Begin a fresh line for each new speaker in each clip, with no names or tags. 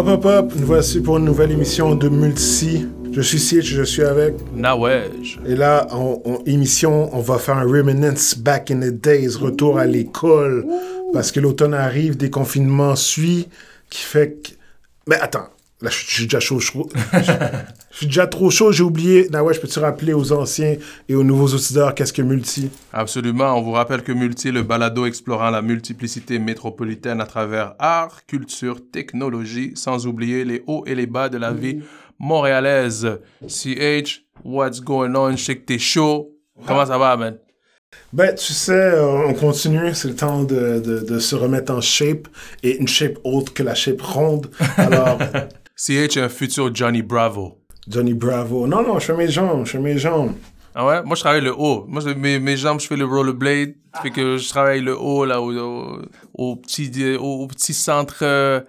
Hop, nous voici pour une nouvelle émission de Multi. Je suis Sitch, je suis avec
Nawej.
Et là, émission, on va faire un Reminiscence Back in the Days, retour à l'école. Parce que l'automne arrive, déconfinement suit, qui fait que... Mais attends, là, je suis déjà chaud. Je suis déjà trop chaud, j'ai oublié. Nawej, peux-tu rappeler aux anciens et aux nouveaux auditeurs qu'est-ce que Multi?
Absolument, on vous rappelle que Multi est le balado explorant la multiplicité métropolitaine à travers art, culture, technologie, sans oublier les hauts et les bas de la vie montréalaise. CH, what's going on? Je sais que t'es chaud. Comment ça va, man?
Ben, tu sais, on continue. C'est le temps de se remettre en shape. Et une shape autre que la shape ronde. Alors...
CH est un futur Johnny Bravo.
Johnny Bravo. Non, je fais mes jambes.
Ah ouais? Moi, je travaille le haut. Moi, mes jambes, je fais le rollerblade. Ça fait que je travaille le haut, là, au petit centre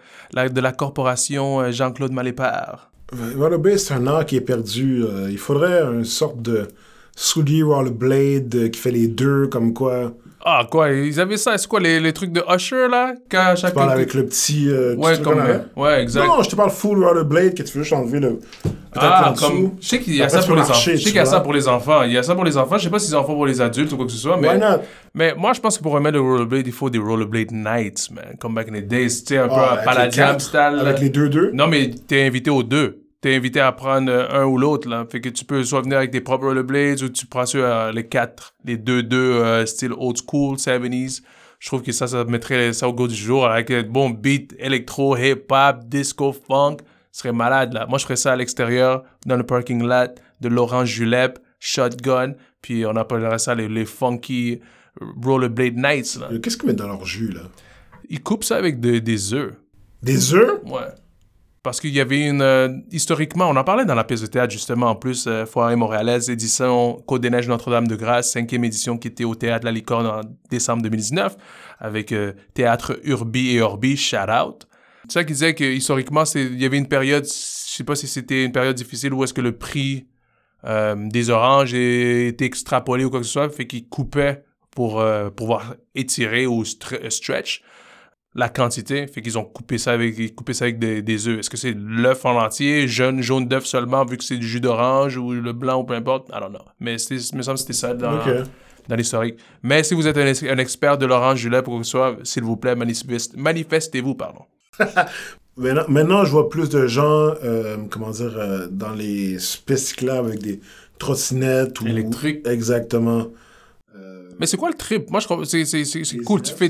de la corporation Jean-Claude Malépard.
Rollerblade, c'est un art qui est perdu. Il faudrait une sorte de soulier rollerblade qui fait les deux, comme quoi...
Ah, quoi? Ils avaient ça. C'est quoi, les trucs de Usher, là?
Tu parles avec le petit...
ouais, comme... Ouais, exact.
Non, je te parle full rollerblade, que tu veux juste enlever le...
Comme... Je sais qu'il y a ça pour les enfants. Je sais qu'il y a ça pour les enfants. Il y a ça pour les enfants. Je sais pas si c'est enfants pour les adultes ou quoi que ce soit, mais...
Why not?
Mais moi, je pense que pour remettre le rollerblade, il faut des rollerblade nights, man. Comme back in the days. Tu sais, un peu Palladium style.
Avec les deux?
Non, mais t'es invité aux deux. T'es invité à prendre un ou l'autre, là. Fait que tu peux soit venir avec tes propres rollerblades ou tu prends les quatre. Les deux style old school, 70s. Je trouve que ça mettrait ça au goût du jour avec un bon beat électro, hip-hop, disco, funk. Ce serait malade, là. Moi, je ferais ça à l'extérieur, dans le parking lot de Laurent Julep, shotgun, puis on appellerait ça les funky rollerblade nights, là.
Qu'est-ce qu'ils mettent dans leur jus, là?
Ils coupent ça avec des œufs.
Des œufs?
Ouais. Parce qu'il y avait historiquement, on en parlait dans la pièce de théâtre, justement, en plus, Foire montréalaise, édition Côte des Neiges Notre-Dame-de-Grâce, 5e édition qui était au Théâtre La Licorne en décembre 2019, avec Théâtre Urbi et Orbi, shout out. C'est ça qui disait que historiquement, il y avait une période, je sais pas si c'était une période difficile où est-ce que le prix des oranges était extrapolé ou quoi que ce soit, fait qu'ils coupaient pour pouvoir étirer ou stretch la quantité, fait qu'ils ont coupé ça avec des œufs. Est-ce que c'est l'œuf en entier, jaune d'œuf seulement, vu que c'est du jus d'orange ou le blanc ou peu importe? I don't know. Mais il me semble que c'était ça dans l'historique. Mais si vous êtes un expert de l'orange julep ou quoi que ce soit, s'il vous plaît, manifestez-vous, pardon.
Maintenant, je vois plus de gens, dans les pistes cyclables avec des trottinettes ou...
électriques.
Exactement.
Mais c'est quoi le trip? Moi, je crois c'est cool. Tu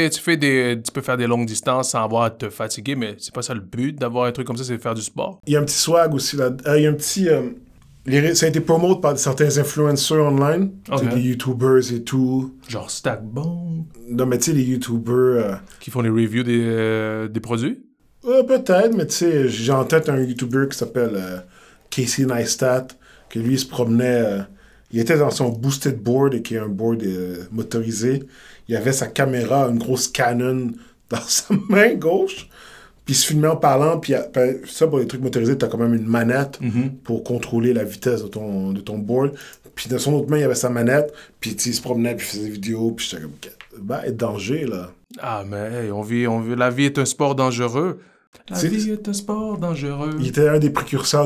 peux faire des longues distances sans avoir à te fatiguer, mais c'est pas ça le but d'avoir un truc comme ça, c'est de faire du sport.
Il y a un petit swag aussi là. Il y a un petit... ça a été promoté par certains influencers online. Okay. Des YouTubers et tout.
Genre Stackbone.
Non, mais tu sais, les YouTubers...
Qui font les reviews des produits?
Peut-être, mais tu sais, j'ai en tête un YouTuber qui s'appelle Casey Neistat, que lui, il se promenait... il était dans son boosted board, qui est un board motorisé. Il avait sa caméra, une grosse Canon, dans sa main gauche. Puis il se filmait en parlant. Puis ça, pour les trucs motorisés, tu as quand même une manette pour contrôler la vitesse de ton board. Puis dans son autre main, il y avait sa manette. Puis il se promenait, puis il faisait des vidéos. Puis j'étais comme, danger, là.
Ah, mais hey, la vie est un sport dangereux. La vie est un sport dangereux.
Il était un des précurseurs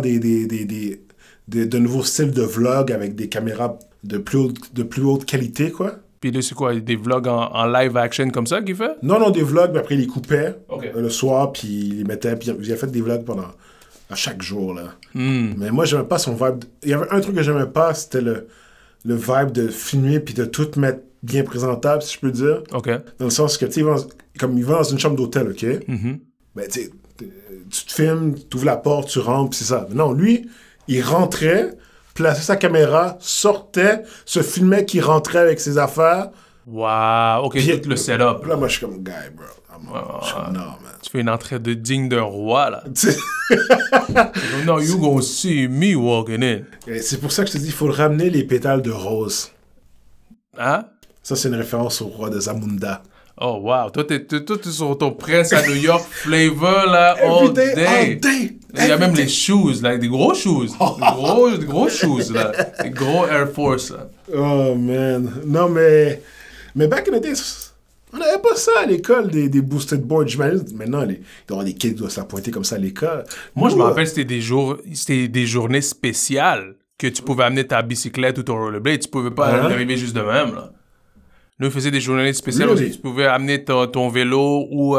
de nouveaux styles de vlog avec des caméras de plus haute qualité, quoi.
Puis là, c'est quoi, des vlogs en live action comme ça qu'il fait?
Non, des vlogs, mais après, il les coupait le soir, puis il les mettait, puis il a fait des vlogs à chaque jour, là. Mais moi, j'aimais pas son vibe. Il y avait un truc que j'aimais pas, c'était le vibe de filmer, puis de tout mettre bien présentable, si je peux dire.
OK.
Dans le sens que, tu sais, comme il va dans une chambre d'hôtel, OK? Ben, tu sais, tu te filmes, tu ouvres la porte, tu rentres, puis c'est ça. Mais non, lui... Il rentrait, plaçait sa caméra, sortait, se filmait qu'il rentrait avec ses affaires.
Wow, OK, puis, tout le setup.
Là, moi, je suis comme, guy, bro. Je suis comme, non, man.
Tu fais une entrée de digne d'un roi, là. No, you gonna see me walking in.
Et c'est pour ça que je te dis, il faut ramener les pétales de rose.
Hein?
Ça, c'est une référence au roi de Zamunda.
Oh, wow. Toi, t'es sur ton prince à New York flavor, là, all day. Il y a même les shoes, là, des gros shoes. Des gros shoes, là. Des gros Air Force, là.
Oh, man. Non, mais back in the days, On n'avait pas ça à l'école, des boosted boards. J'imagine, maintenant, il doit y avoir des kids qui doivent s'appointer comme ça à l'école.
Moi, je me rappelle, c'était des journées spéciales que tu pouvais amener ta bicyclette ou ton rollerblade. Tu pouvais pas arriver juste de même, là. Nous, on faisait des journées spéciales aussi. Tu pouvais amener ton vélo ou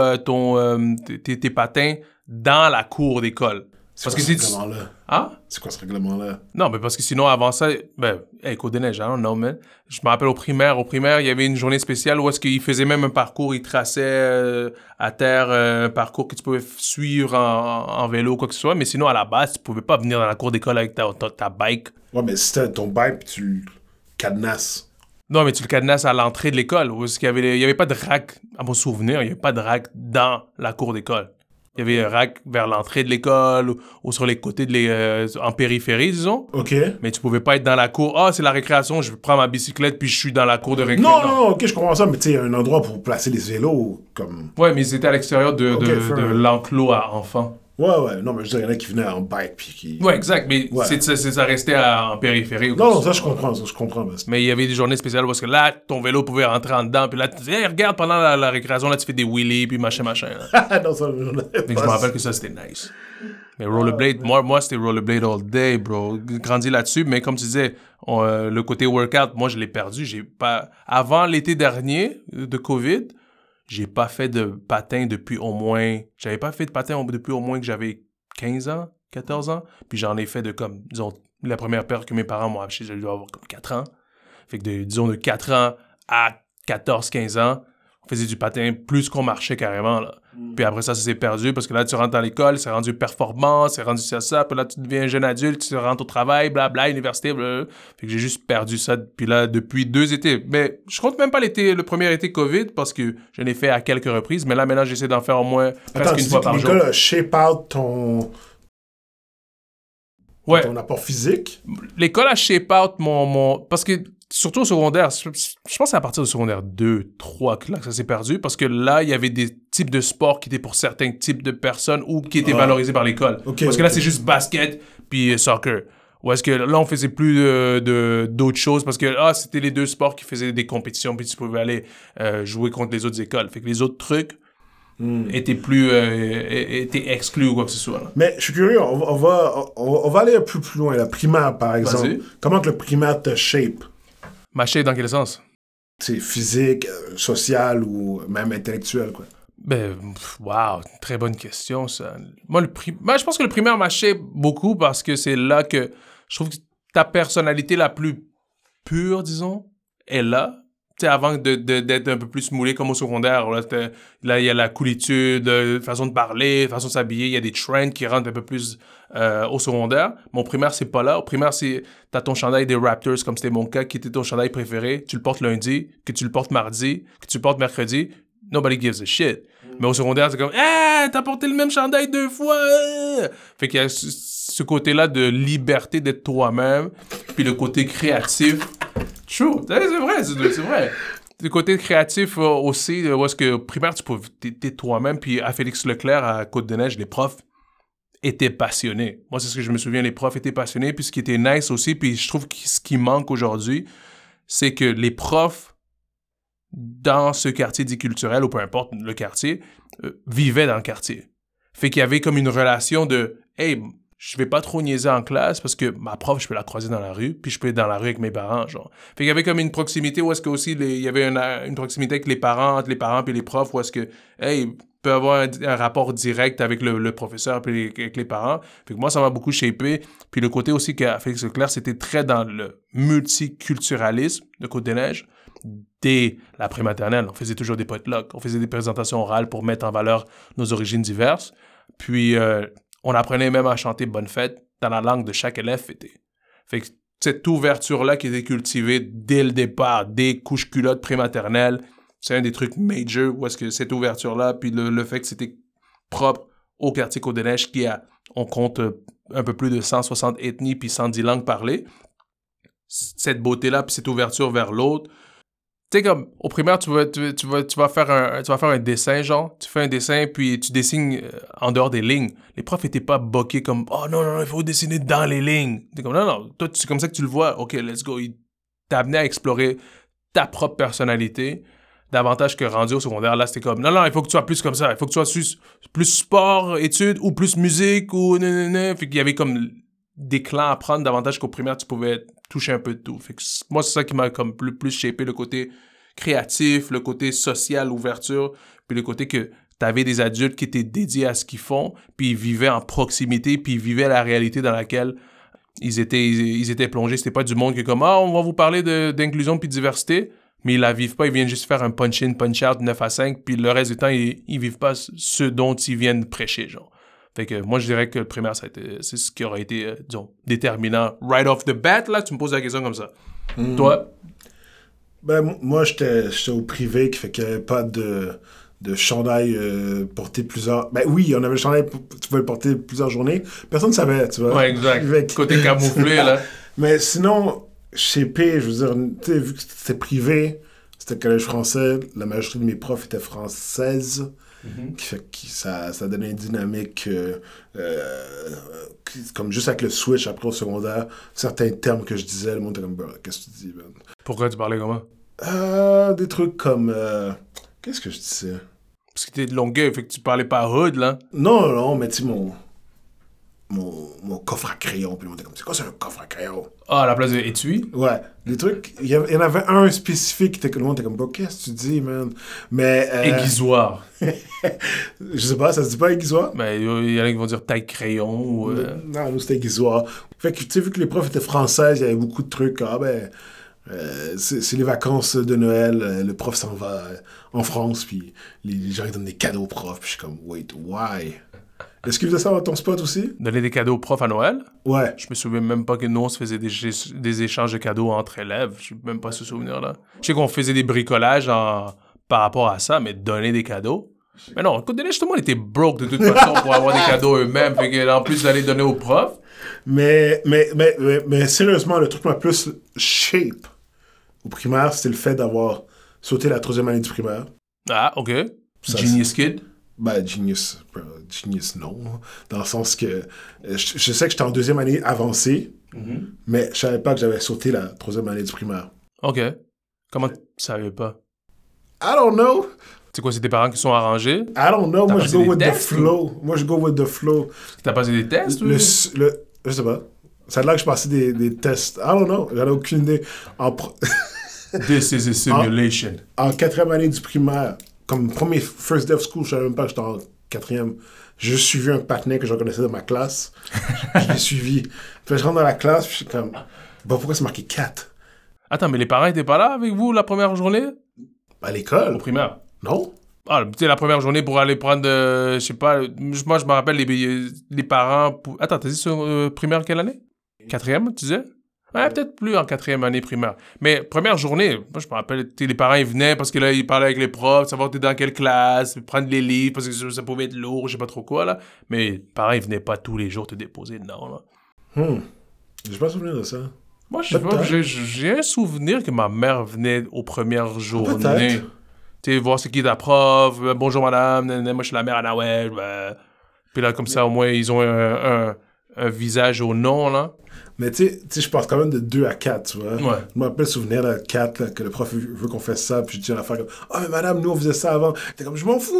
tes patins dans la cour d'école.
C'est quoi ce règlement-là?
Hein?
C'est quoi ce règlement-là?
Non, mais parce que sinon, avant ça, Côte des Neiges, non, man. Je me rappelle au primaire, il y avait une journée spéciale où est-ce qu'ils faisaient même un parcours, ils traçaient à terre un parcours que tu pouvais suivre en vélo ou quoi que ce soit, mais sinon, à la base, tu pouvais pas venir dans la cour d'école avec ta bike.
Ouais, mais si t'as ton bike puis tu le cadenasses.
Non, mais tu le cadenasses à l'entrée de l'école, où est-ce qu'il y avait pas de rack, à mon souvenir, il y avait pas de rack dans la cour d'école. Il y avait un rack vers l'entrée de l'école ou sur les côtés en périphérie, disons.
OK.
Mais tu pouvais pas être dans la cour. Ah, c'est la récréation, je prends ma bicyclette puis je suis dans la cour de récréation.
Non, OK, je comprends ça, mais tu sais, il y a un endroit pour placer les vélos, comme...
Ouais, mais c'était à l'extérieur de l'enclos à enfants.
Ouais, non, mais je veux dire, il y en a qui venaient en bike puis qui...
Ouais, exact, mais ça restait en périphérie.
Non, ça, je comprends.
Mais il y avait des journées spéciales parce que là, ton vélo pouvait rentrer en dedans, puis là, tu disais, hey, regarde, pendant la récréation, là, tu fais des wheelies, puis machin.
Non, ça, je
je me rappelle que ça, c'était nice. Mais rollerblade, moi, c'était rollerblade all day, bro. Grandi là-dessus, mais comme tu disais, le côté workout, moi, je l'ai perdu. Avant l'été dernier de COVID, j'ai pas fait de patin depuis au moins... J'avais pas fait de patin depuis au moins que j'avais 15 ans, 14 ans. Puis j'en ai fait de comme, disons, la première paire que mes parents m'ont acheté, je dois avoir comme 4 ans. Fait que disons de 4 ans à 14, 15 ans, on faisait du patin plus qu'on marchait carrément, là. Puis après ça s'est perdu parce que là, tu rentres dans l'école, c'est rendu performant, c'est rendu ça, puis là, tu deviens un jeune adulte, tu rentres au travail, blabla, université, blablabla. Fait que j'ai juste perdu ça. Puis là, depuis 2 étés. Mais je compte même pas le premier été COVID parce que je l'ai fait à quelques reprises, mais là, maintenant, j'essaie d'en faire au moins presque une fois par jour.
L'école a shape out ton apport physique?
L'école a shape out parce que surtout au secondaire, je pense que c'est à partir du secondaire 2, 3 que là, ça s'est perdu, parce que là, il y avait des types de sports qui étaient pour certains types de personnes ou qui étaient valorisés par l'école. Parce que là, c'est juste basket puis soccer. Ou est-ce que là, on faisait plus d'autres choses parce que c'était les 2 sports qui faisaient des compétitions puis tu pouvais aller jouer contre les autres écoles. Fait que les autres trucs étaient exclus ou quoi que ce soit. Là.
Mais je suis curieux, on va aller un peu plus loin. La primaire, par exemple.
Vas-y.
Comment que le primaire te shape?
Ma shape dans quel sens?
C'est physique, social ou même intellectuel, quoi.
Wow, très bonne question, ça. Moi, je pense que le primaire m'a shape beaucoup parce que c'est là que je trouve que ta personnalité la plus pure, disons, est là. Tu sais, avant d'être un peu plus moulé comme au secondaire, là, il y a la coolitude, façon de parler, façon de s'habiller, il y a des trends qui rentrent un peu plus au secondaire. Mon primaire, c'est pas là. Au primaire, t'as ton chandail des Raptors, comme c'était mon cas, qui était ton chandail préféré. Tu le portes lundi, que tu le portes mardi, que tu le portes mercredi. Nobody gives a shit. Mais au secondaire, c'est comme, t'as porté le même chandail 2 fois! Fait qu'il y a ce côté-là de liberté d'être toi-même, puis le côté créatif. True, c'est vrai. Le côté créatif aussi, où est-ce que primaire, t'es toi-même, puis à Félix Leclerc, à Côte-des-Neiges, les profs étaient passionnés. Moi, c'est ce que je me souviens, les profs étaient passionnés, puis ce qui était nice aussi, puis je trouve que ce qui manque aujourd'hui, c'est que les profs, dans ce quartier dit culturel, ou peu importe le quartier, vivaient dans le quartier. Fait qu'il y avait comme une relation de « Hey, je vais pas trop niaiser en classe parce que ma prof, je peux la croiser dans la rue, puis je peux être dans la rue avec mes parents, genre. » Fait qu'il y avait comme une proximité où est-ce que aussi, il y avait une proximité avec les parents, entre les parents puis les profs, où est-ce que « Hey, peut avoir un rapport direct avec le professeur puis avec les parents. » Fait que moi, ça m'a beaucoup shapé. Puis le côté aussi qu'à Félix Leclerc, c'était très dans le multiculturalisme de Côte-des-Neiges. Dès la prématernelle, on faisait toujours des potlucks, on faisait des présentations orales pour mettre en valeur nos origines diverses. Puis, on apprenait même à chanter Bonne Fête dans la langue de chaque élève fêté. Fait que cette ouverture-là qui était cultivée dès le départ, dès couches culottes prématernelles, c'est un des trucs major où est-ce que cette ouverture-là, puis le fait que c'était propre au quartier Côte-des-Neiges on compte un peu plus de 160 ethnies puis 110 langues parlées. Cette beauté-là puis cette ouverture vers l'autre. Tu sais, comme, au primaire, tu vas faire un dessin, genre. Tu fais un dessin, puis tu dessines en dehors des lignes. Les profs étaient pas boqués comme, « Oh non, il faut dessiner dans les lignes. » T'es comme, non, toi, c'est comme ça que tu le vois. OK, let's go. Il t'a amené à explorer ta propre personnalité, davantage que rendu au secondaire. Là, c'était comme, non, il faut que tu sois plus comme ça. Il faut que tu sois plus sport, études, ou plus musique, ou nanana. Fait qu'il y avait comme des clans à prendre davantage qu'au primaire, tu pouvais toucher un peu de tout. Fait que moi, c'est ça qui m'a comme plus shapé le côté créatif, le côté social, ouverture, puis le côté que t'avais des adultes qui étaient dédiés à ce qu'ils font, puis ils vivaient en proximité, puis ils vivaient la réalité dans laquelle ils étaient plongés. C'était pas du monde qui est comme, on va vous parler d'inclusion puis de diversité, mais ils la vivent pas, ils viennent juste faire un punch-in, punch-out 9 à 5, puis le reste du temps, ils vivent pas ce dont ils viennent prêcher, genre. Fait que moi, je dirais que le primaire, c'est ce qui aurait été, disons, déterminant. Right off the bat, là, tu me poses la question comme ça. Toi?
Ben, moi, j'étais au privé, qui fait qu'il n'y avait pas de chandail porté plusieurs... Ben oui, on avait le chandail, tu pouvais le porter plusieurs journées. Personne ne savait, tu vois.
Ouais, exact. Côté camouflé, là.
Mais sinon, chez P, je veux dire, tu sais, vu que c'était privé, c'était collège français, la majorité de mes profs étaient françaises, qui fait que ça donnait une dynamique comme juste avec le switch après au secondaire, certains termes que je disais, le monde était comme, qu'est-ce que tu dis, man?
Pourquoi tu parlais comment?
Des trucs comme... qu'est-ce que je disais?
Parce que t'es de Longueuil, fait que tu parlais pas hood, là.
Non, mais tu sais, mon coffre à crayon, puis le monde était comme, c'est quoi, c'est un coffre à crayon?
Ah, à la place de étui?
Ouais, des trucs... Il y en avait un spécifique qui était que le monde était comme, qu'est-ce que tu dis, man? Mais...
Aiguisoire.
Je sais pas, ça se dit pas aiguisoire?
Ben, il y en a qui vont dire taille crayon ou...
Non, nous, c'était aiguisoire. Fait que, tu sais, vu que les profs étaient françaises, il y avait beaucoup de trucs, c'est les vacances de Noël, le prof s'en va en France, puis les gens ils donnent des cadeaux aux profs, puis je suis comme, wait, why? Est-ce qu'ils faisaient ça dans ton spot aussi?
Donner des cadeaux aux profs à Noël?
Ouais.
Je me souviens même pas que nous, on se faisait des échanges de cadeaux entre élèves. Je n'ai même pas ce souvenir-là. Je sais qu'on faisait des bricolages par rapport à ça, mais donner des cadeaux... Mais non, écoute, tout le monde était broke de toute façon pour avoir des cadeaux eux-mêmes, fait que, en plus d'aller donner aux profs.
Mais sérieusement, le truc m'a plus shape au primaire, c'était le fait d'avoir sauté la 3e année du primaire.
Ah, OK.
Ça,
Genius Kid?
Ben, genius non. Dans le sens que je sais que j'étais en 2e année avancée, mais je savais pas que j'avais sauté la 3e année du primaire.
OK. Comment tu savais pas?
I don't know.
C'est quoi, c'est tes parents qui sont arrangés?
I don't know. Moi, je go with the flow. Moi, je go with the flow.
T'as passé des tests?
Je sais pas. Ça a l'air que je passais des tests. I don't know. J'en ai aucune idée.
This is a simulation.
En 4e année du primaire, comme premier first day of school, je savais même pas que j'étais en 4e. J'ai juste suivi un patinet que je connaissais de ma classe. Je l'ai suivi. Puis je rentre dans la classe, puis je suis comme, pourquoi c'est marqué 4?
Attends, mais les parents étaient pas là avec vous la première journée?
À l'école.
Au primaire?
Non.
Ah, tu sais, la première journée pour aller prendre, je sais pas, moi, je me rappelle les parents... Attends, t'as dit sur primaire quelle année? 4e, tu disais? Ouais, peut-être plus en 4e année primaire. Mais première journée, moi, je me rappelle, les parents, ils venaient parce que là, ils parlaient avec les profs, savoir t'es dans quelle classe, prendre les livres parce que ça pouvait être lourd, je sais pas trop quoi, là. Mais les parents, ils venaient pas tous les jours te déposer, non, là.
J'ai pas souvenir de ça.
Moi, je sais pas, j'ai un souvenir que ma mère venait aux premières journées. Tu sais, voir c'est qui ta prof, bonjour madame, moi je suis la mère à Noël. Puis là, comme ça, au moins, ils ont un visage au nom, là.
Mais tu sais, je pense quand même de 2 à 4, tu vois.
Ouais.
Je me rappelle souvenir de 4, là, que le prof veut qu'on fasse ça, puis je dis une affaire comme « Ah, mais madame, nous, on faisait ça avant. » T'es comme « Je m'en fous! »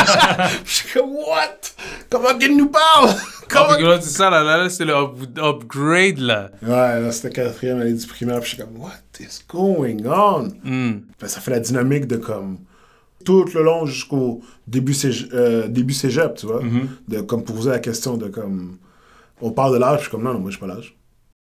Je suis comme « What? Comment qu'il nous parle? »
Là, c'est ça, là, c'est le upgrade, là.
Ouais, là, c'était 4e année du primaire, puis je suis comme « What is going on? » Ben, ça fait la dynamique de comme... Tout le long jusqu'au début cégep, tu vois. De comme poser la question de comme... On parle de l'âge, je suis comme « Non, moi, je suis pas l'âge. »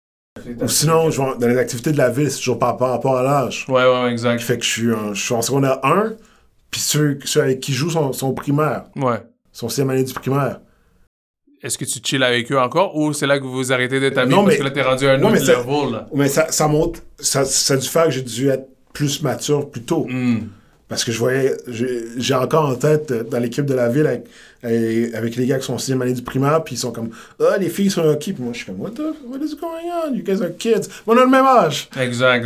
Ou sinon, dans les activités de la ville, c'est toujours par rapport à l'âge.
Ouais, exact.
Qui fait que je suis en secondaire 1, puis ceux avec qui jouent sont primaires.
Ouais.
Sont 6e année du primaire.
Est-ce que tu chill avec eux encore, ou c'est là que vous vous arrêtez d'être amis parce que là, t'es rendu à un autre level, là?
Mais ça montre... Ça a dû faire que j'ai dû être plus mature plus tôt. Parce que j'ai encore en tête dans l'équipe de la ville avec les gars qui sont en 6e année du primaire, puis ils sont comme « Ah, les filles sont au hockey. » Puis moi, je suis comme « What is going on? You guys are kids. » On a le même âge.
Exact.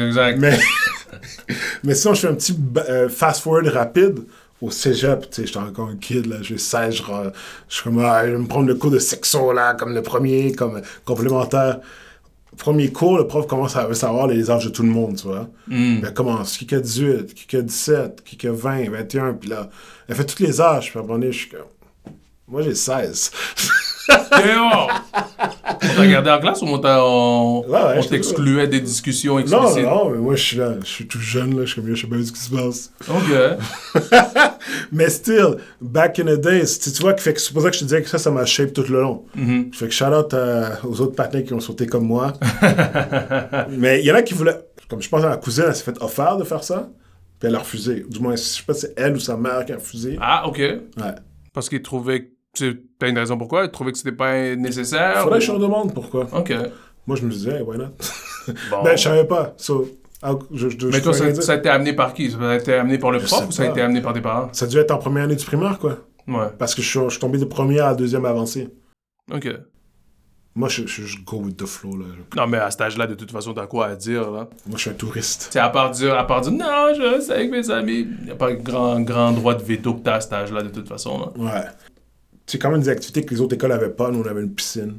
Mais sinon, je fais un petit fast-forward rapide au cégep. Tu sais, j'étais encore un kid, là. J'ai 16, je suis comme « Ah, je vais me prendre le cours de sexo, là, comme le premier, comme complémentaire. » premier cours, le prof commence à savoir les âges de tout le monde, tu vois. Elle commence, qui a 18, qui a 17, qui a 20, 21, puis là, elle fait tous les âges, puis à un moment donné, je suis comme... Moi, j'ai 16.
On t'a gardé en classe ou on t'excluait des discussions explicites?
Non, mais moi, je suis là, je suis tout jeune, là, je suis comme, je sais pas ce qui se passe.
OK.
Mais still, back in the days, tu vois, c'est pour ça que je te disais que ça m'a shape tout le long. Fait que shout-out aux autres patins qui ont sauté comme moi. Mais il y en a qui voulaient... Comme je pense à ma cousine, elle s'est fait offert de faire ça, puis elle a refusé. Du moins, je sais pas si c'est elle ou sa mère qui a refusé.
Ah, OK.
Ouais.
Parce qu'ils trouvaient... T'as une raison pourquoi? Ils trouvaient que c'était pas nécessaire?
Faudrait que je leur demande pourquoi.
OK.
Moi, je me disais, hey, why not?
Bon.
Ben, je savais pas.
Mais toi, ça a été amené par qui? Ça a été amené par le prof ou ça a été amené par tes parents?
Ça a dû être en première année du primaire, quoi.
Ouais.
Parce que je suis tombé de première à deuxième avancée.
OK.
Moi, je go with the flow, là.
Non, mais à cet âge-là, de toute façon, t'as quoi à dire, là?
Moi, je suis un touriste.
Tu sais, à part dire, non, je sais avec mes amis, il n'y a pas grand droit de veto que t'as à cet âge-là, de toute façon, là.
Ouais. C'est quand même des activités que les autres écoles n'avaient pas. Nous, on avait une piscine.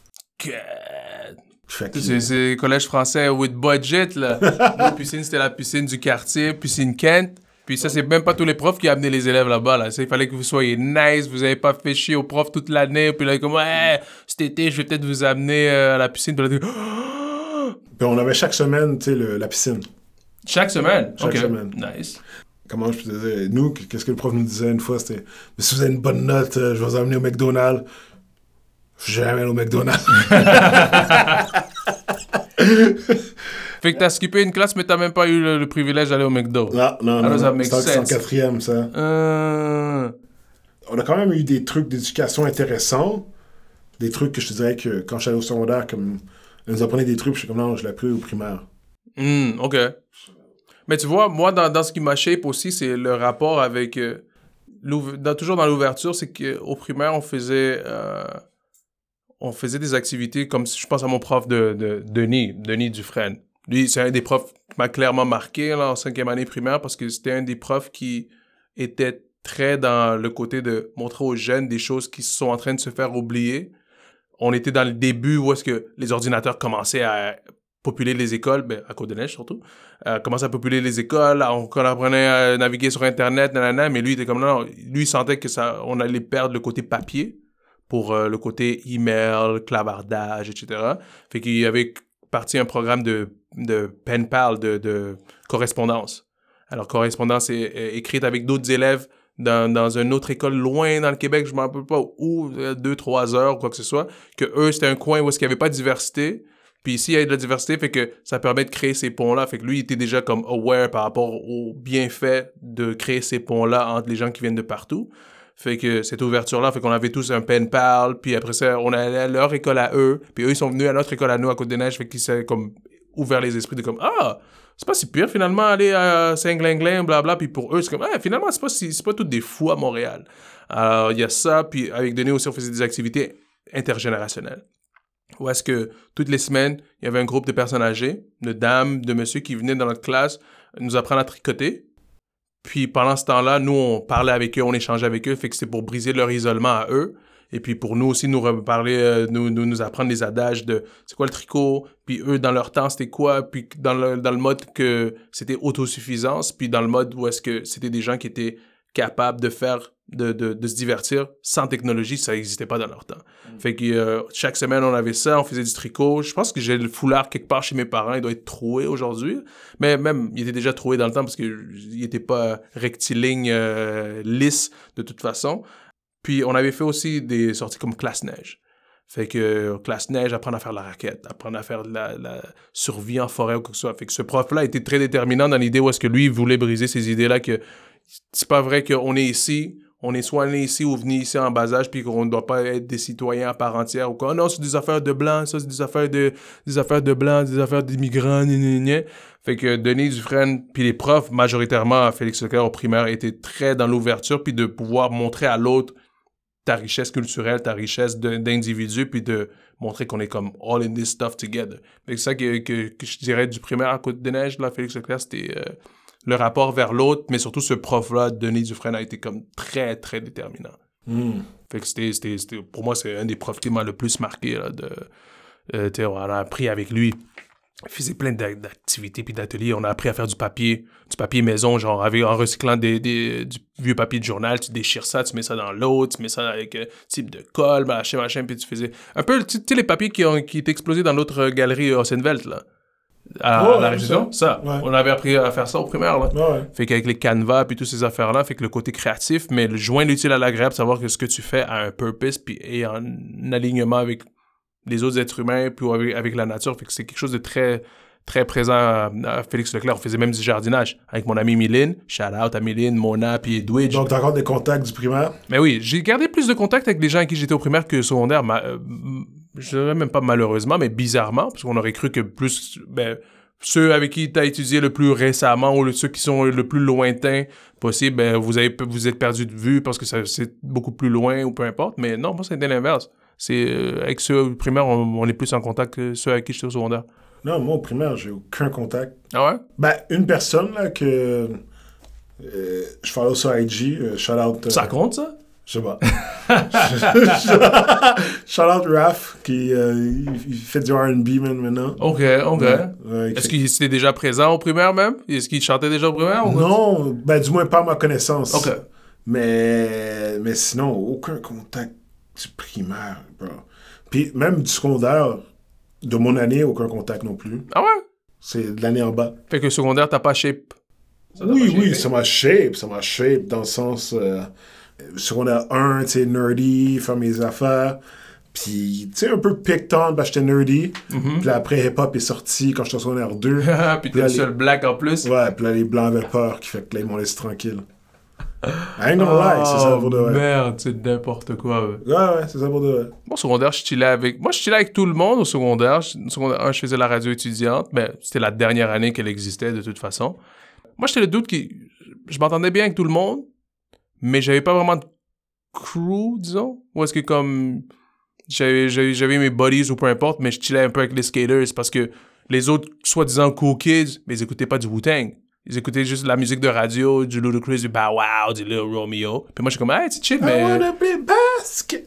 C'est collège français with budget, là. La piscine, c'était la piscine du quartier, piscine Kent. Puis ça, c'est même pas tous les profs qui amenaient les élèves là-bas, là. Il fallait que vous soyez nice, vous avez pas fait chier aux profs toute l'année. Puis là, comme, ouais, cet été, je vais peut-être vous amener à la piscine. Puis là,
puis on avait chaque semaine, tu sais, la piscine.
Chaque semaine?
Chaque semaine.
Nice.
Comment je peux dire? Nous, qu'est-ce que le prof nous disait une fois? C'était, mais si vous avez une bonne note, je vais vous emmener au McDonald's. Jamais au McDonald's.
Fait que t'as skippé une classe, mais t'as même pas eu le privilège d'aller au McDo.
Non. C'était en quatrième, ça. On a quand même eu des trucs d'éducation intéressants. Des trucs que je te dirais que quand j'allais au secondaire, comme, ils nous apprenaient des trucs, je suis comme, non, je l'ai appris au primaire.
OK. Mais tu vois, moi, dans ce qui m'a shape aussi, c'est le rapport avec... toujours dans l'ouverture, c'est qu'au primaire, on faisait des activités comme, je pense à mon prof de Denis Dufresne. Lui, c'est un des profs qui m'a clairement marqué là, en 5e année primaire parce que c'était un des profs qui était très dans le côté de montrer aux jeunes des choses qui sont en train de se faire oublier. On était dans le début où est-ce que les ordinateurs commençaient à populer les écoles, à Côte-des-Neiges surtout, commençait à populer les écoles, on apprenait à naviguer sur Internet, mais lui, il était comme, non, lui, il sentait que on allait perdre le côté papier pour le côté email, clavardage, etc. Fait qu'il y avait parti un programme de pen pal, de correspondance. Alors, correspondance est écrite avec d'autres élèves dans une autre école loin dans le Québec, je ne me rappelle pas où, 2-3 heures ou quoi que ce soit, que eux, c'était un coin où il n'y avait pas de diversité. Puis ici, il y a de la diversité, fait que ça permet de créer ces ponts-là. Fait que lui, il était déjà comme aware par rapport au bienfait de créer ces ponts-là entre les gens qui viennent de partout. Fait que cette ouverture-là, fait qu'on avait tous un pen pal, puis après ça, on allait à leur école à eux, puis eux, ils sont venus à notre école à nous, à Côte-des-Neiges, fait qu'ils s'est comme ouvert les esprits de comme, ah, c'est pas si pire finalement aller à Saint-Glinglin, blabla, puis pour eux, c'est comme, ah, finalement, c'est pas tous des fous à Montréal. Alors, il y a ça, puis avec Denis aussi, on faisait des activités intergénérationnelles. Où est-ce que toutes les semaines, il y avait un groupe de personnes âgées, de dames, de messieurs qui venaient dans notre classe nous apprendre à tricoter. Puis pendant ce temps-là, nous, on parlait avec eux, on échangeait avec eux, fait que c'était pour briser leur isolement à eux. Et puis pour nous aussi, nous reparler, nous apprendre les adages de c'est quoi le tricot, puis eux, dans leur temps, c'était quoi, puis dans le mode que c'était autosuffisance, puis dans le mode où est-ce que c'était des gens qui étaient capables de faire de se divertir sans technologie, ça n'existait pas dans leur temps. Fait que chaque semaine, on avait ça, on faisait du tricot. Je pense que j'ai le foulard quelque part chez mes parents, il doit être troué aujourd'hui. Mais même, il était déjà troué dans le temps parce qu'il n'était pas rectiligne, lisse de toute façon. Puis on avait fait aussi des sorties comme classe-neige. Fait que classe-neige, apprendre à faire la raquette, apprendre à faire de la survie en forêt ou quoi que ce soit. Fait que ce prof-là était très déterminant dans l'idée où est-ce que lui, il voulait briser ces idées-là que c'est pas vrai qu'on est ici, on est soit né ici ou venu ici en bas âge puis qu'on ne doit pas être des citoyens à part entière ou quoi. Non, c'est des affaires de blancs, ça, c'est des affaires de blancs, des affaires d'immigrants, Fait que Denis Dufresne puis les profs, majoritairement à Félix Leclerc au primaire, étaient très dans l'ouverture puis de pouvoir montrer à l'autre ta richesse culturelle, ta richesse d'individu puis de montrer qu'on est comme all in this stuff together. Fait que c'est ça que je dirais du primaire à Côte-des-Neiges, là, Félix Leclerc, c'était... le rapport vers l'autre, mais surtout ce prof-là, Denis Dufresne, a été comme très, très déterminant. Fait que c'était, pour moi, c'est un des profs qui m'a le plus marqué là, On a appris avec lui. Il faisait plein d'activités puis d'ateliers. On a appris à faire du papier maison, genre en recyclant du vieux papier de journal. Tu déchires ça, tu mets ça dans l'eau, tu mets ça avec type de colle, machin, puis tu faisais... Un peu, tu sais, les papiers qui étaient explosés dans l'autre galerie Ossenvelt, là. À la région, ça. Ouais. On avait appris à faire ça au primaire, là. Ouais. Fait qu'avec les canevas puis toutes ces affaires-là, fait que le côté créatif, mais le joindre l'utile à l'agréable, savoir que ce que tu fais a un purpose puis est en alignement avec les autres êtres humains puis avec la nature. Fait que c'est quelque chose de très, très présent à Félix Leclerc. On faisait même du jardinage avec mon ami Mylène. Shout-out à Mylène, Mona puis Edwidge.
Donc, t'as encore des contacts du primaire?
Mais oui, j'ai gardé plus de contacts avec les gens avec qui j'étais au primaire que au secondaire. Je dirais même pas malheureusement, mais bizarrement, parce qu'on aurait cru que plus... ceux avec qui tu as étudié le plus récemment ou ceux qui sont le plus lointains possible, vous êtes perdu de vue parce que c'est beaucoup plus loin ou peu importe. Mais non, moi, c'était l'inverse. Avec ceux au primaire, on est plus en contact que ceux avec qui j'étais au secondaire.
Non, moi, au primaire, j'ai aucun contact.
Ah ouais?
Une personne, là, que je follow sur IG, shout-out...
ça compte, ça?
Je sais pas. Shout-out Raph, qui il fait du R&B maintenant.
OK. Est-ce qu'il était déjà présent au primaire même? Est-ce qu'il chantait déjà au primaire?
Non, du moins pas à ma connaissance.
OK.
Mais sinon, aucun contact du primaire, bro. Puis même du secondaire, de mon année, aucun contact non plus.
Ah ouais?
C'est de l'année en bas.
Fait que le secondaire, t'as pas shape?
Oui, ça m'a shape dans le sens... secondaire 1, tu sais, nerdy, faire mes affaires. Puis, tu sais, un peu picked on, j'étais nerdy. Mm-hmm. Puis après, hip-hop est sorti quand j'étais en secondaire 2.
Puis t'es le seul black en plus.
Ouais, puis là, les blancs avaient peur, qui fait que là, ils m'ont laissé tranquille. I ain't gonna lie, c'est ça pour de vrai.
Merde, c'est n'importe quoi.
Ouais, c'est ça pour de vrai.
Moi, au secondaire, je chillais avec tout le monde au secondaire. Au secondaire 1, je faisais la radio étudiante. Mais c'était la dernière année qu'elle existait, de toute façon. Moi, j'étais le doute je m'entendais bien avec tout le monde. Mais j'avais pas vraiment de crew, disons. Ou est-ce que comme... J'avais mes buddies ou peu importe, mais je chillais un peu avec les skaters parce que les autres, soi-disant cool kids, mais ils écoutaient pas du Wu-Tang. Ils écoutaient juste la musique de radio, du Ludacris, du Bow Wow, du Lil Romeo. Puis moi, je suis comme, hey, c'est chill, mais...
I wanna play basket!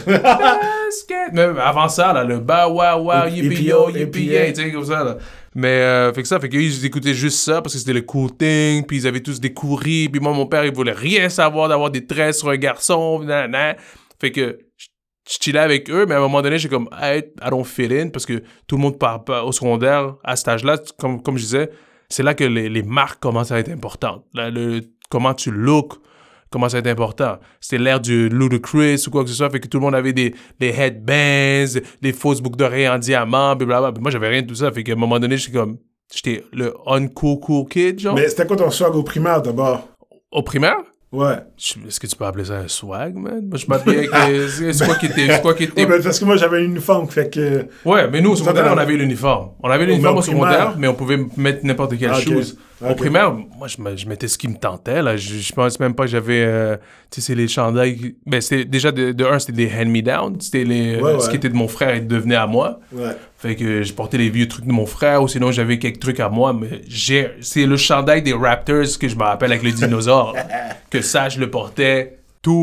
Basket! Mais avant ça, là, le Bow Wow Wow, yippee-yo, yippee-yay, tu sais, comme ça, là. Mais, fait qu'eux, ils écoutaient juste ça parce que c'était le cool thing, puis ils avaient tous des courris, puis moi, mon père, il voulait rien savoir d'avoir des tresses sur un garçon, nanana. Fait que je chillais avec eux, mais à un moment donné, j'ai comme, hey, I don't fit in, parce que tout le monde part au secondaire, à cet âge-là, comme je disais, c'est là que les marques commencent à être importantes. Là, comment tu look commence à être important. C'était l'ère du Ludacris ou quoi que ce soit, fait que tout le monde avait des headbands, des fausses boucles d'oreilles en diamant, blablabla. Moi, j'avais rien de tout ça, fait qu'à un moment donné, j'étais le uncool kid, genre.
Mais c'était quoi ton swag au primaire, d'abord?
Au primaire?
Ouais.
Est-ce que tu peux appeler ça un swag, man? Moi, je m'appelais avec... C'est quoi qui était...
Ouais, parce que moi, j'avais un uniforme, fait que...
Ouais, mais nous, au secondaire, on avait l'uniforme. On avait l'uniforme au secondaire, mais on pouvait mettre n'importe quelle chose. Au primaire, moi, je mettais ce qui me tentait, là. Je pense même pas que j'avais... tu sais, c'est les chandails... Ben, c'était déjà, de un, c'était des hand-me-down. C'était ce qui était de mon frère et devenait à moi. Ouais. Fait que je portais les vieux trucs de mon frère, ou sinon, j'avais quelques trucs à moi, mais c'est le chandail des Raptors que je me rappelle avec le dinosaure. Que ça, je le portais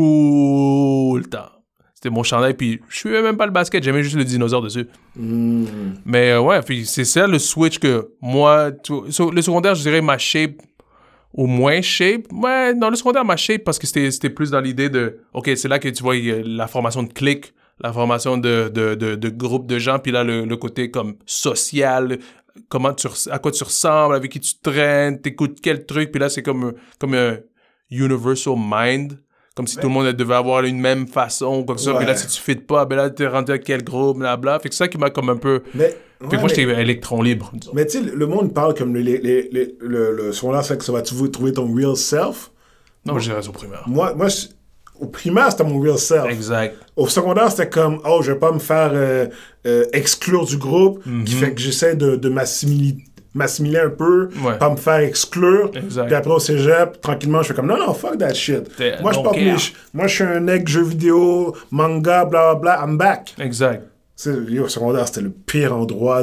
tout le temps. C'était mon chandail, puis je suivais même pas le basket, j'aimais juste le dinosaure dessus. Mm. Mais ouais, puis c'est ça le switch que moi... le secondaire, je dirais ma shape, ou moins shape. Ouais, dans le secondaire, ma shape, parce que c'était plus dans l'idée de... OK, c'est là que tu vois la formation de clique, la formation de groupe de gens, puis là, le côté comme social, à quoi tu ressembles, avec qui tu traînes, t'écoutes quel truc, puis là, c'est comme un universal mind, comme si tout le monde devait avoir une même façon, comme ça, puis là, si tu fites pas, ben là, t'es rendu à quel groupe, blabla. Fait que c'est ça qui m'a comme un peu... Puis moi, j'étais électron libre. Disons.
Mais tu sais, le monde parle comme le secondaire, c'est que ça va trouver ton real self.
Non, je dirais au primaire.
Moi, au primaire, c'était mon real self.
Exact.
Au secondaire, c'était comme, je vais pas me faire exclure du groupe, qui fait que j'essaie de m'assimiler un peu, pas me faire exclure. Exact. Puis après, au cégep, tranquillement, je fais comme, non, fuck that shit. Moi, je suis un mec jeux vidéo, manga, blablabla, I'm back.
Exact.
Au secondaire, c'était le pire endroit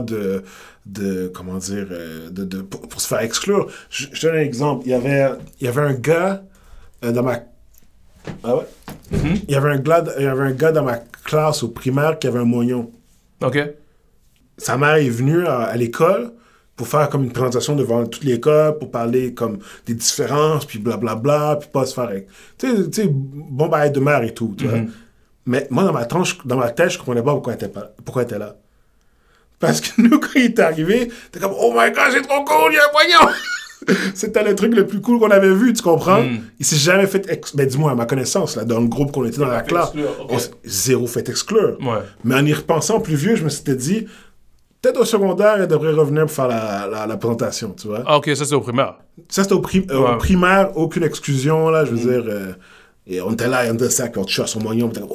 comment dire, pour se faire exclure. Je te donne un exemple. Il y avait un gars dans ma... Ah ouais? Mm-hmm. Il y avait un gars dans ma classe au primaire qui avait un moignon.
OK.
sa mère est venue à l'école pour faire comme une présentation devant toute l'école, pour parler comme des différences, puis blablabla, puis pas se faire... Tu sais, bon bail de mère et tout, tu vois. Mais moi, dans ma tête, je comprenais pas pourquoi elle était là. Parce que nous, quand il est arrivé, t'es comme « Oh my God, c'est trop cool, il y a un poignon! » C'était le truc le plus cool qu'on avait vu, tu comprends? Il s'est jamais fait... Ben, dis-moi, à ma connaissance, là, dans le groupe qu'on était dans la classe, zéro fait exclure.
Ouais.
Mais en y repensant plus vieux, je me suis dit, peut-être au secondaire, elle devrait revenir pour faire la présentation, tu vois?
Ah, OK, ça, c'est au primaire.
Ça, c'était au primaire, aucune exclusion, là, je veux dire... et on était là, on était ça, quand tu as son moignon, on était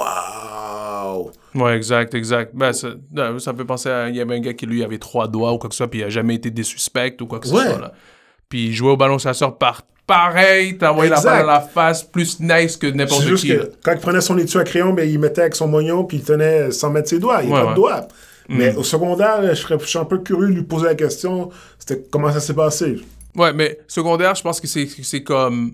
waouh!
Ouais, exact. Ben, ça me fait penser à... Il y avait un gars qui, lui, avait 3 doigts ou quoi que ce soit, puis il a jamais été désuspect ou quoi que ce soit, là. Puis il jouait au ballon chasseur pareil, t'as envoyé la balle à la face, plus nice que n'importe qui.
Que, quand il prenait son étui à crayon, ben, il mettait avec son moignon, puis il tenait sans mettre ses doigts. Il n'avait pas de doigts. Mais au secondaire, je suis un peu curieux de lui poser la question, c'était comment ça s'est passé.
Ouais, mais secondaire, je pense que c'est comme...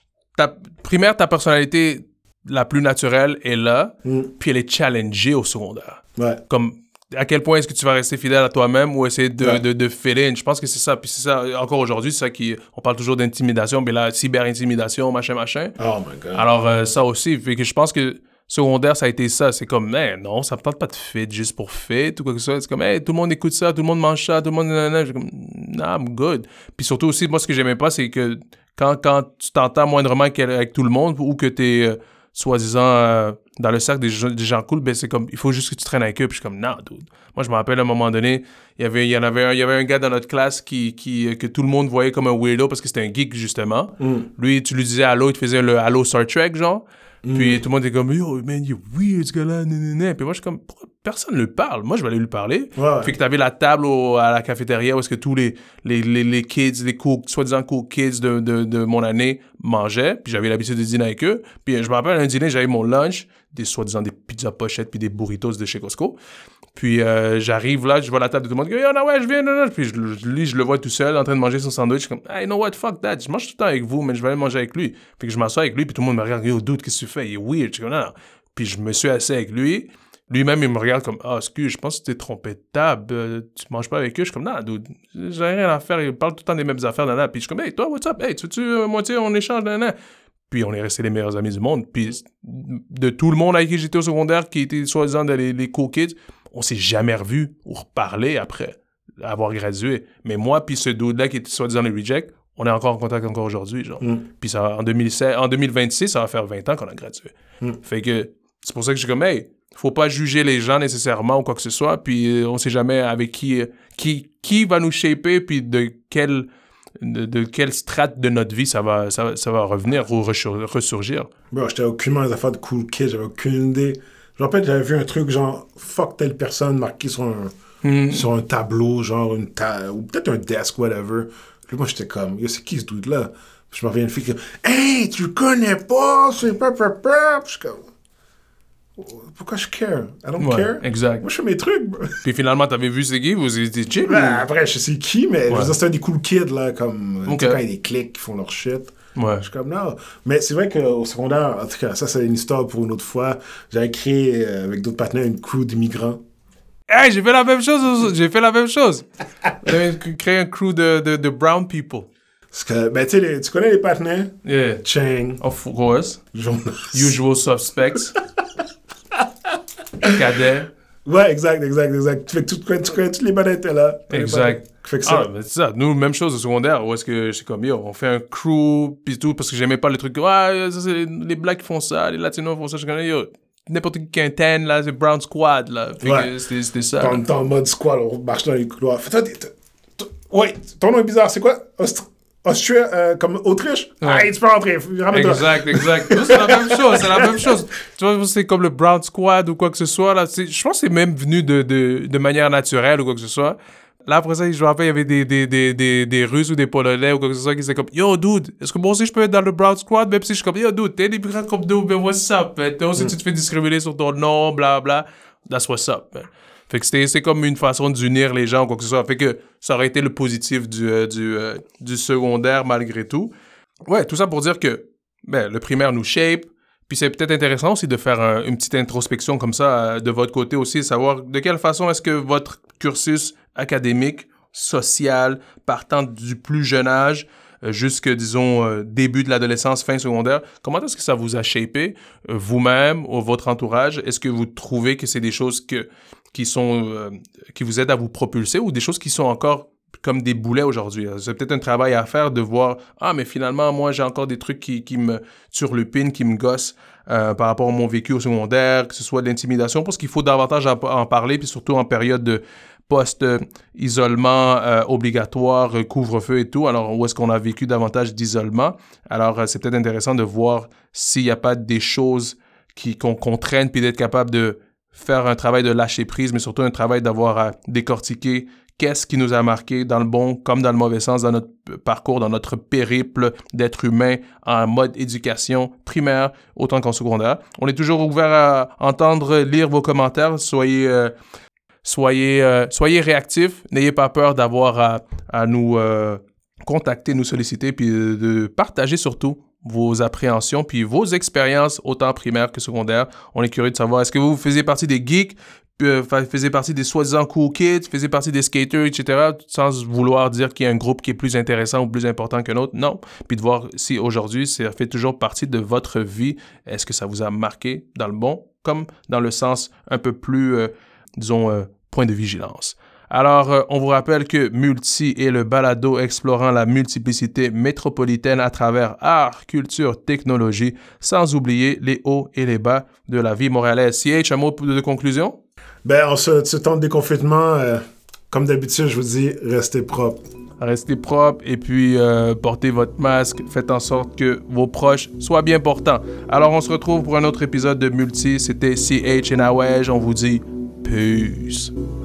Primaire, ta personnalité la plus naturelle est là, puis elle est challengée au secondaire.
Ouais.
Comme... À quel point est-ce que tu vas rester fidèle à toi-même ou essayer de fit in? Je pense que c'est ça. Puis c'est ça, encore aujourd'hui, c'est ça qui... On parle toujours d'intimidation, mais là, cyber-intimidation, machin.
Oh my God.
Alors, ça aussi, fait que je pense que secondaire, ça a été ça. C'est comme, non, ça me tente pas de fit juste pour fit ou quoi que ce soit. C'est comme, tout le monde écoute ça, tout le monde mange ça, tout le monde... Je suis comme, nah, I'm good. Puis surtout aussi, moi, ce que j'aimais pas, c'est que quand tu t'entends moindrement avec tout le monde ou que t'es... soi-disant dans le cercle des gens cool, ben c'est comme il faut juste que tu traînes avec eux. Puis je suis comme non, dude. Moi je me rappelle à un moment donné, il y avait un gars dans notre classe que tout le monde voyait comme un weirdo parce que c'était un geek justement. Lui, tu lui disais allô, il te faisait le allô Star Trek genre. Puis tout le monde était comme yo man, you weird ce gars-là, nanana. Puis moi je suis comme personne ne le parle. Moi je vais aller lui parler.
Ouais.
Fait que t'avais la table à la cafétéria où est-ce que tous les kids, les soi-disant cool kids de mon année mangeaient. Puis j'avais l'habitude de dîner avec eux. Puis je me rappelle un dîner, j'avais mon lunch, soi-disant des pizzas pochettes puis des burritos de chez Costco. Puis j'arrive là, je vois la table de tout le monde, yo, non, ouais, je viens, non. Puis je le vois tout seul en train de manger son sandwich. Je suis comme, hey, you know what, fuck that. Je mange tout le temps avec vous, mais je vais aller manger avec lui. Puis que je m'assois avec lui, puis tout le monde me regarde, yo, dude, qu'est-ce que tu fais? Il est weird. Je suis comme, non. Puis je me suis assis avec lui. Lui-même, il me regarde comme, excuse, je pense que tu t'es trompé de table. Tu manges pas avec eux. Je suis comme, non, dude, j'ai rien à faire. Il parle tout le temps des mêmes affaires, là. Puis je suis comme, hey, toi, what's up? Hey, tu veux-tu moitié, on échange, là. Puis on est restés les meilleurs amis du monde. Puis de tout le monde avec qui j'étais au secondaire, qui était soi-disant les cool kids, on s'est jamais revus ou reparlé après avoir gradué. Mais moi, puis ce dude-là qui était soi-disant le reject, on est encore en contact encore aujourd'hui, genre. Puis ça, en 2026, ça va faire 20 ans qu'on a gradué. Fait que c'est pour ça que je suis comme, hey, faut pas juger les gens nécessairement ou quoi que ce soit, puis on sait jamais avec qui va nous shaper, puis de quelle strate de notre vie ça va revenir ou ressurgir.
Bro, j'étais aucunement des affaires de cool kids, j'avais aucune idée. Je me rappelle, j'avais vu un truc genre « fuck telle personne » marqué sur un tableau, genre ou peut-être un desk, whatever. Puis moi, j'étais comme « yo, c'est qui ce dude-là? » Puis je me reviens une fille qui dit « hey, tu le connais pas, c'est pas. » Puis je suis comme « pourquoi je care? I don't care. »
Exact.
Moi, je fais mes trucs, bro.
Puis finalement, t'avais vu c'est qui? Vous étiez chill?
Après, je sais qui, mais je veux dire, c'est un des cool kids, là, comme quand il y a des clics qui font leur shit.
Ouais.
Je suis comme, non. Mais c'est vrai qu'au secondaire, en tout cas, ça, c'est une histoire pour une autre fois. J'avais créé, avec d'autres partenaires, une crew d'immigrants.
Hey, j'ai fait la même chose. J'avais créé un crew de brown people.
Parce que, ben, tu connais les partenaires?
Yeah.
Chang.
Of course.
Jonas.
Usual suspects. Cadet.
Ouais, exact. Tu connais toutes les partenaires étaient là.
Exact.
Fait que ça.
Mais c'est ça. Nous, même chose au secondaire, où est-ce que c'est comme, yo, on fait un crew, pis tout, parce que j'aimais pas le truc, ça, c'est les Blacks qui font ça, les Latinos font ça, je connais, yo, n'importe qui a un 10, là, c'est Brown Squad, là. Fait que c'était ça.
T'es en mode squad, on marche dans les couloirs. Ouais, ton nom est bizarre, c'est quoi? Austria, comme Autriche? Ouais. Hey, tu peux rentrer, ramène-toi.
Exact. C'est la même chose. Tu vois, c'est comme le Brown Squad ou quoi que ce soit, là. Je pense que c'est même venu de manière naturelle ou quoi que ce soit. Là, après ça, je me rappelle, il y avait des Russes ou des Polonais ou quoi que ce soit qui disaient comme « Yo, dude, est-ce que moi aussi je peux être dans le Brown Squad? » Même si je suis comme « Yo, dude, t'es des grands comme nous, mais what's up? Toi aussi, tu te fais discriminer sur ton nom, bla bla. That's what's up. » Fait que c'est comme une façon d'unir les gens ou quoi que ce soit. Fait que ça aurait été le positif du secondaire malgré tout. Ouais, tout ça pour dire que le primaire nous shape, Puis c'est peut-être intéressant aussi de faire une petite introspection comme ça de votre côté aussi, savoir de quelle façon est-ce que votre cursus académique, social, partant du plus jeune âge jusque, disons, début de l'adolescence, fin secondaire, comment est-ce que ça vous a shapé, vous-même ou votre entourage? Est-ce que vous trouvez que c'est des choses qui vous aident à vous propulser ou des choses qui sont encore comme des boulets aujourd'hui? C'est peut-être un travail à faire de voir, mais finalement, moi, j'ai encore des trucs qui me turlupinent, qui me gossent par rapport à mon vécu au secondaire, que ce soit de l'intimidation, parce qu'il faut davantage en parler, puis surtout en période de post-isolement obligatoire, couvre-feu et tout, alors où est-ce qu'on a vécu davantage d'isolement? Alors, c'est peut-être intéressant de voir s'il n'y a pas des choses qu'on contraigne, puis d'être capable de faire un travail de lâcher prise, mais surtout un travail d'avoir à décortiquer qu'est-ce qui nous a marqué dans le bon comme dans le mauvais sens dans notre parcours, dans notre périple d'être humain en mode éducation primaire autant qu'en secondaire. On est toujours ouvert à entendre, lire vos commentaires. Soyez réactifs. N'ayez pas peur d'avoir à nous contacter, nous solliciter, puis de partager surtout vos appréhensions, puis vos expériences, autant primaires que secondaires. On est curieux de savoir, est-ce que vous faisiez partie des geeks, faisiez partie des soi-disant cool kids, faisiez partie des skaters, etc., sans vouloir dire qu'il y a un groupe qui est plus intéressant ou plus important qu'un autre. Non. Puis de voir si aujourd'hui, ça fait toujours partie de votre vie. Est-ce que ça vous a marqué dans le bon, comme dans le sens un peu plus, point de vigilance. Alors, on vous rappelle que Multi est le balado explorant la multiplicité métropolitaine à travers art, culture, technologie, sans oublier les hauts et les bas de la vie montréalaise. CH, un mot de conclusion?
En ce temps de déconfinement, comme d'habitude, je vous dis, restez propre.
Restez propre et puis portez votre masque. Faites en sorte que vos proches soient bien portants. Alors, on se retrouve pour un autre épisode de Multi. C'était CH et Nawaj. On vous dit peace.